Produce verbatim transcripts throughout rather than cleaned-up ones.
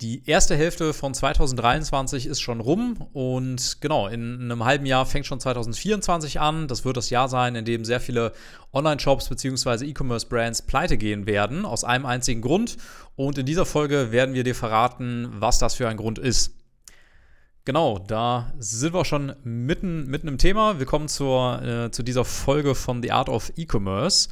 Die erste Hälfte von zwanzig dreiundzwanzig ist schon rum und genau, in einem halben Jahr fängt schon zwanzig vierundzwanzig an. Das wird das Jahr sein, in dem sehr viele Online-Shops bzw. E-Commerce-Brands pleite gehen werden, aus einem einzigen Grund. Und in dieser Folge werden wir dir verraten, was das für ein Grund ist. Genau, da sind wir schon mitten, mitten im Thema. Wir kommen zur, äh, zu dieser Folge von The Art of E-Commerce.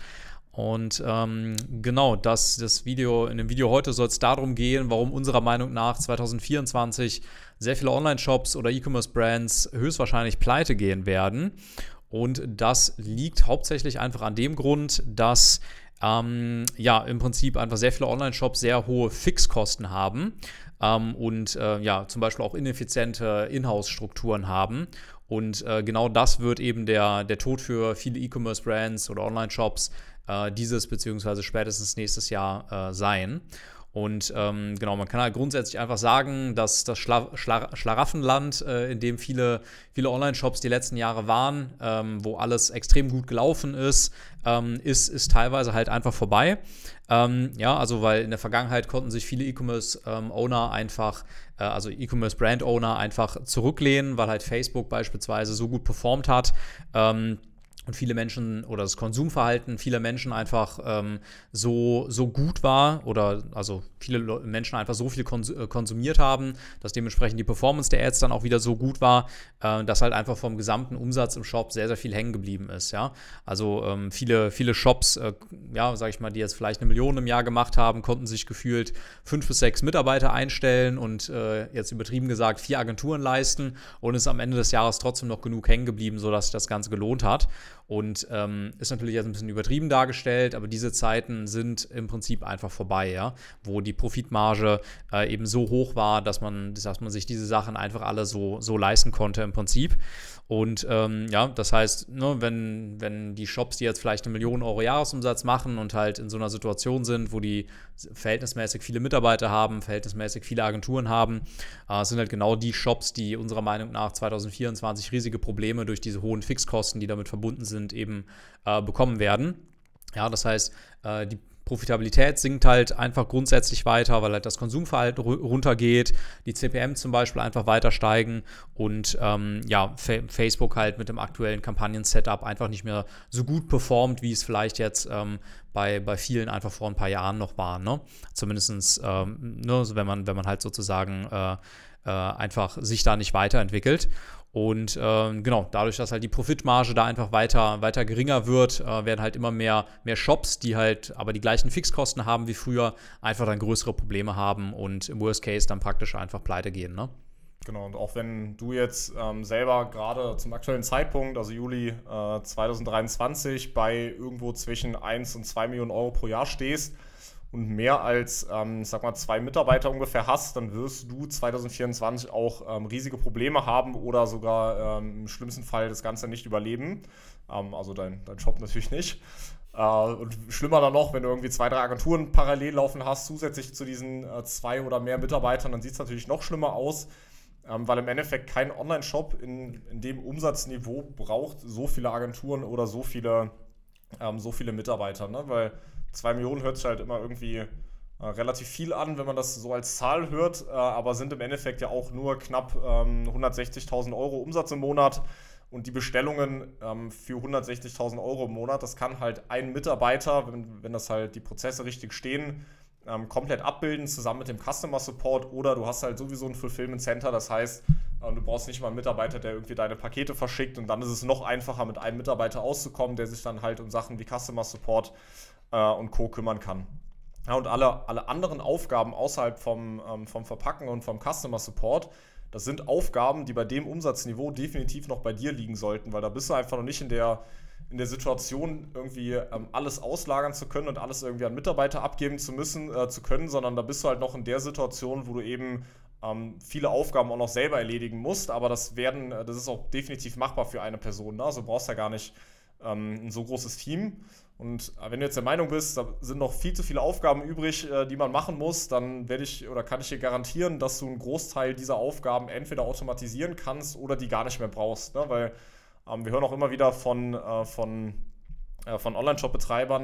Und ähm, genau, das, das Video, in dem Video heute soll es darum gehen, warum unserer Meinung nach zwanzig vierundzwanzig sehr viele Online-Shops oder E-Commerce-Brands höchstwahrscheinlich pleite gehen werden. Und das liegt hauptsächlich einfach an dem Grund, dass ähm, ja im Prinzip einfach sehr viele Online-Shops sehr hohe Fixkosten haben ähm, und äh, ja zum Beispiel auch ineffiziente Inhouse-Strukturen haben. Und äh, genau das wird eben der, der Tod für viele E-Commerce-Brands oder Online-Shops äh, dieses bzw. spätestens nächstes Jahr äh, sein. Und ähm, genau, man kann halt grundsätzlich einfach sagen, dass das Schla- Schla- Schlaraffenland, äh, in dem viele, viele Online-Shops die letzten Jahre waren, ähm, wo alles extrem gut gelaufen ist, ähm, ist, ist teilweise halt einfach vorbei. Ähm, ja, also weil in der Vergangenheit konnten sich viele E-Commerce-Owner ähm, einfach, äh, also E-Commerce-Brand-Owner einfach zurücklehnen, weil halt Facebook beispielsweise so gut performt hat, ähm, und viele Menschen oder das Konsumverhalten vieler Menschen einfach ähm, so, so gut war oder also viele Le- Menschen einfach so viel kons- äh, konsumiert haben, dass dementsprechend die Performance der Ads dann auch wieder so gut war, äh, dass halt einfach vom gesamten Umsatz im Shop sehr, sehr viel hängen geblieben ist, ja. Also ähm, viele, viele Shops, äh, ja, sag ich mal, die jetzt vielleicht eine Million im Jahr gemacht haben, konnten sich gefühlt fünf bis sechs Mitarbeiter einstellen und äh, jetzt übertrieben gesagt vier Agenturen leisten und ist am Ende des Jahres trotzdem noch genug hängen geblieben, sodass sich das Ganze gelohnt hat. Und ähm, ist natürlich jetzt ein bisschen übertrieben dargestellt, aber diese Zeiten sind im Prinzip einfach vorbei, ja, wo die Profitmarge äh, eben so hoch war, dass man, dass man sich diese Sachen einfach alle so, so leisten konnte im Prinzip. Und ähm, ja, das heißt, ne, wenn, wenn die Shops, die jetzt vielleicht eine Million Euro Jahresumsatz machen und halt in so einer Situation sind, wo die verhältnismäßig viele Mitarbeiter haben, verhältnismäßig viele Agenturen haben, äh, sind halt genau die Shops, die unserer Meinung nach zwanzig vierundzwanzig riesige Probleme durch diese hohen Fixkosten, die damit verbunden sind, eben äh, bekommen werden. Ja, das heißt, äh, die Profitabilität sinkt halt einfach grundsätzlich weiter, weil halt das Konsumverhalten runtergeht, die C P M zum Beispiel einfach weiter steigen und ähm, ja, Fa- Facebook halt mit dem aktuellen Kampagnen-Setup einfach nicht mehr so gut performt, wie es vielleicht jetzt ähm, bei, bei vielen einfach vor ein paar Jahren noch war, ne? Zumindest, ähm, ne, wenn man, wenn man halt sozusagen äh, äh, einfach sich da nicht weiterentwickelt. Und äh, genau, dadurch, dass halt die Profitmarge da einfach weiter, weiter geringer wird, äh, werden halt immer mehr, mehr Shops, die halt aber die gleichen Fixkosten haben wie früher, einfach dann größere Probleme haben und im Worst Case dann praktisch einfach pleite gehen, ne? Genau, und auch wenn du jetzt ähm, selber gerade zum aktuellen Zeitpunkt, also Juli äh, zwanzig dreiundzwanzig, bei irgendwo zwischen eins und zwei Millionen Euro pro Jahr stehst und mehr als, ähm, sag mal, zwei Mitarbeiter ungefähr hast, dann wirst du zwanzig vierundzwanzig auch ähm, riesige Probleme haben oder sogar ähm, im schlimmsten Fall das Ganze nicht überleben. Ähm, also dein, dein Shop natürlich nicht. Äh, und schlimmer dann noch, wenn du irgendwie zwei, drei Agenturen parallel laufen hast, zusätzlich zu diesen äh, zwei oder mehr Mitarbeitern, dann sieht es natürlich noch schlimmer aus, ähm, weil im Endeffekt kein Online-Shop in, in dem Umsatzniveau braucht so viele Agenturen oder so viele, ähm, so viele Mitarbeiter, ne? Weil zwei Millionen hört sich halt immer irgendwie äh, relativ viel an, wenn man das so als Zahl hört, äh, aber sind im Endeffekt ja auch nur knapp ähm, hundertsechzigtausend Euro Umsatz im Monat und die Bestellungen ähm, für hundertsechzigtausend Euro im Monat, das kann halt ein Mitarbeiter, wenn, wenn das halt die Prozesse richtig stehen, ähm, komplett abbilden, zusammen mit dem Customer Support, oder du hast halt sowieso ein Fulfillment Center, das heißt, äh, du brauchst nicht mal einen Mitarbeiter, der irgendwie deine Pakete verschickt, und dann ist es noch einfacher, mit einem Mitarbeiter auszukommen, der sich dann halt um Sachen wie Customer Support und Co. kümmern kann. Ja, und alle, alle anderen Aufgaben außerhalb vom, ähm, vom Verpacken und vom Customer Support, das sind Aufgaben, die bei dem Umsatzniveau definitiv noch bei dir liegen sollten, weil da bist du einfach noch nicht in der, in der Situation, irgendwie ähm, alles auslagern zu können und alles irgendwie an Mitarbeiter abgeben zu müssen, äh, zu können, sondern da bist du halt noch in der Situation, wo du eben ähm, viele Aufgaben auch noch selber erledigen musst, aber das werden, das ist auch definitiv machbar für eine Person, ne? Also du brauchst ja gar nicht ähm, ein so großes Team. Und wenn du jetzt der Meinung bist, da sind noch viel zu viele Aufgaben übrig, die man machen muss, dann werde ich oder kann ich dir garantieren, dass du einen Großteil dieser Aufgaben entweder automatisieren kannst oder die gar nicht mehr brauchst. Ne? Weil ähm, wir hören auch immer wieder von, äh, von, äh, von Online-Shop-Betreibern,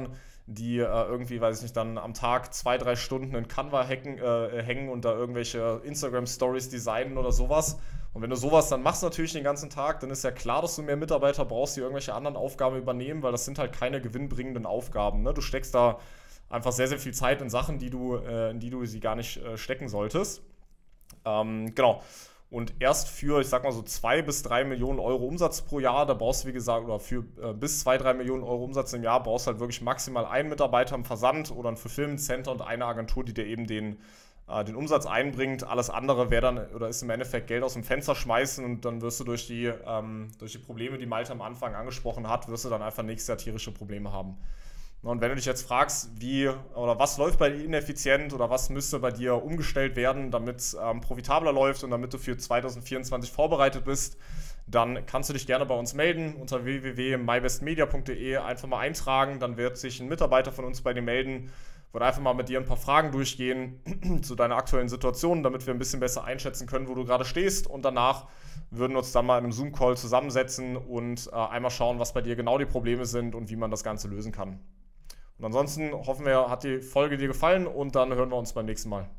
die äh, irgendwie, weiß ich nicht, dann am Tag zwei, drei Stunden in Canva hacken, äh, hängen und da irgendwelche Instagram-Stories designen oder sowas. Und wenn du sowas dann machst natürlich den ganzen Tag, dann ist ja klar, dass du mehr Mitarbeiter brauchst, die irgendwelche anderen Aufgaben übernehmen, weil das sind halt keine gewinnbringenden Aufgaben. Ne? Du steckst da einfach sehr, sehr viel Zeit in Sachen, die du, äh, in die du sie gar nicht äh, stecken solltest. Ähm, genau. Und erst für, ich sag mal so, zwei bis drei Millionen Euro Umsatz pro Jahr, da brauchst du, wie gesagt, oder für äh, bis zwei, drei Millionen Euro Umsatz im Jahr, brauchst du halt wirklich maximal einen Mitarbeiter im Versand oder ein Fulfillment Center und eine Agentur, die dir eben den, äh, den Umsatz einbringt. Alles andere wäre dann, oder ist im Endeffekt Geld aus dem Fenster schmeißen und dann wirst du durch die, ähm, durch die Probleme, die Malte am Anfang angesprochen hat, wirst du dann einfach nächstes Jahr tierische Probleme haben. Und wenn du dich jetzt fragst, wie oder was läuft bei dir ineffizient oder was müsste bei dir umgestellt werden, damit es ähm, profitabler läuft und damit du für zwanzig vierundzwanzig vorbereitet bist, dann kannst du dich gerne bei uns melden unter w w w punkt my best media punkt d e, einfach mal eintragen, dann wird sich ein Mitarbeiter von uns bei dir melden, wird einfach mal mit dir ein paar Fragen durchgehen zu deiner aktuellen Situation, damit wir ein bisschen besser einschätzen können, wo du gerade stehst, und danach würden wir uns dann mal in einem Zoom-Call zusammensetzen und äh, einmal schauen, was bei dir genau die Probleme sind und wie man das Ganze lösen kann. Und ansonsten hoffen wir, hat die Folge dir gefallen und dann hören wir uns beim nächsten Mal.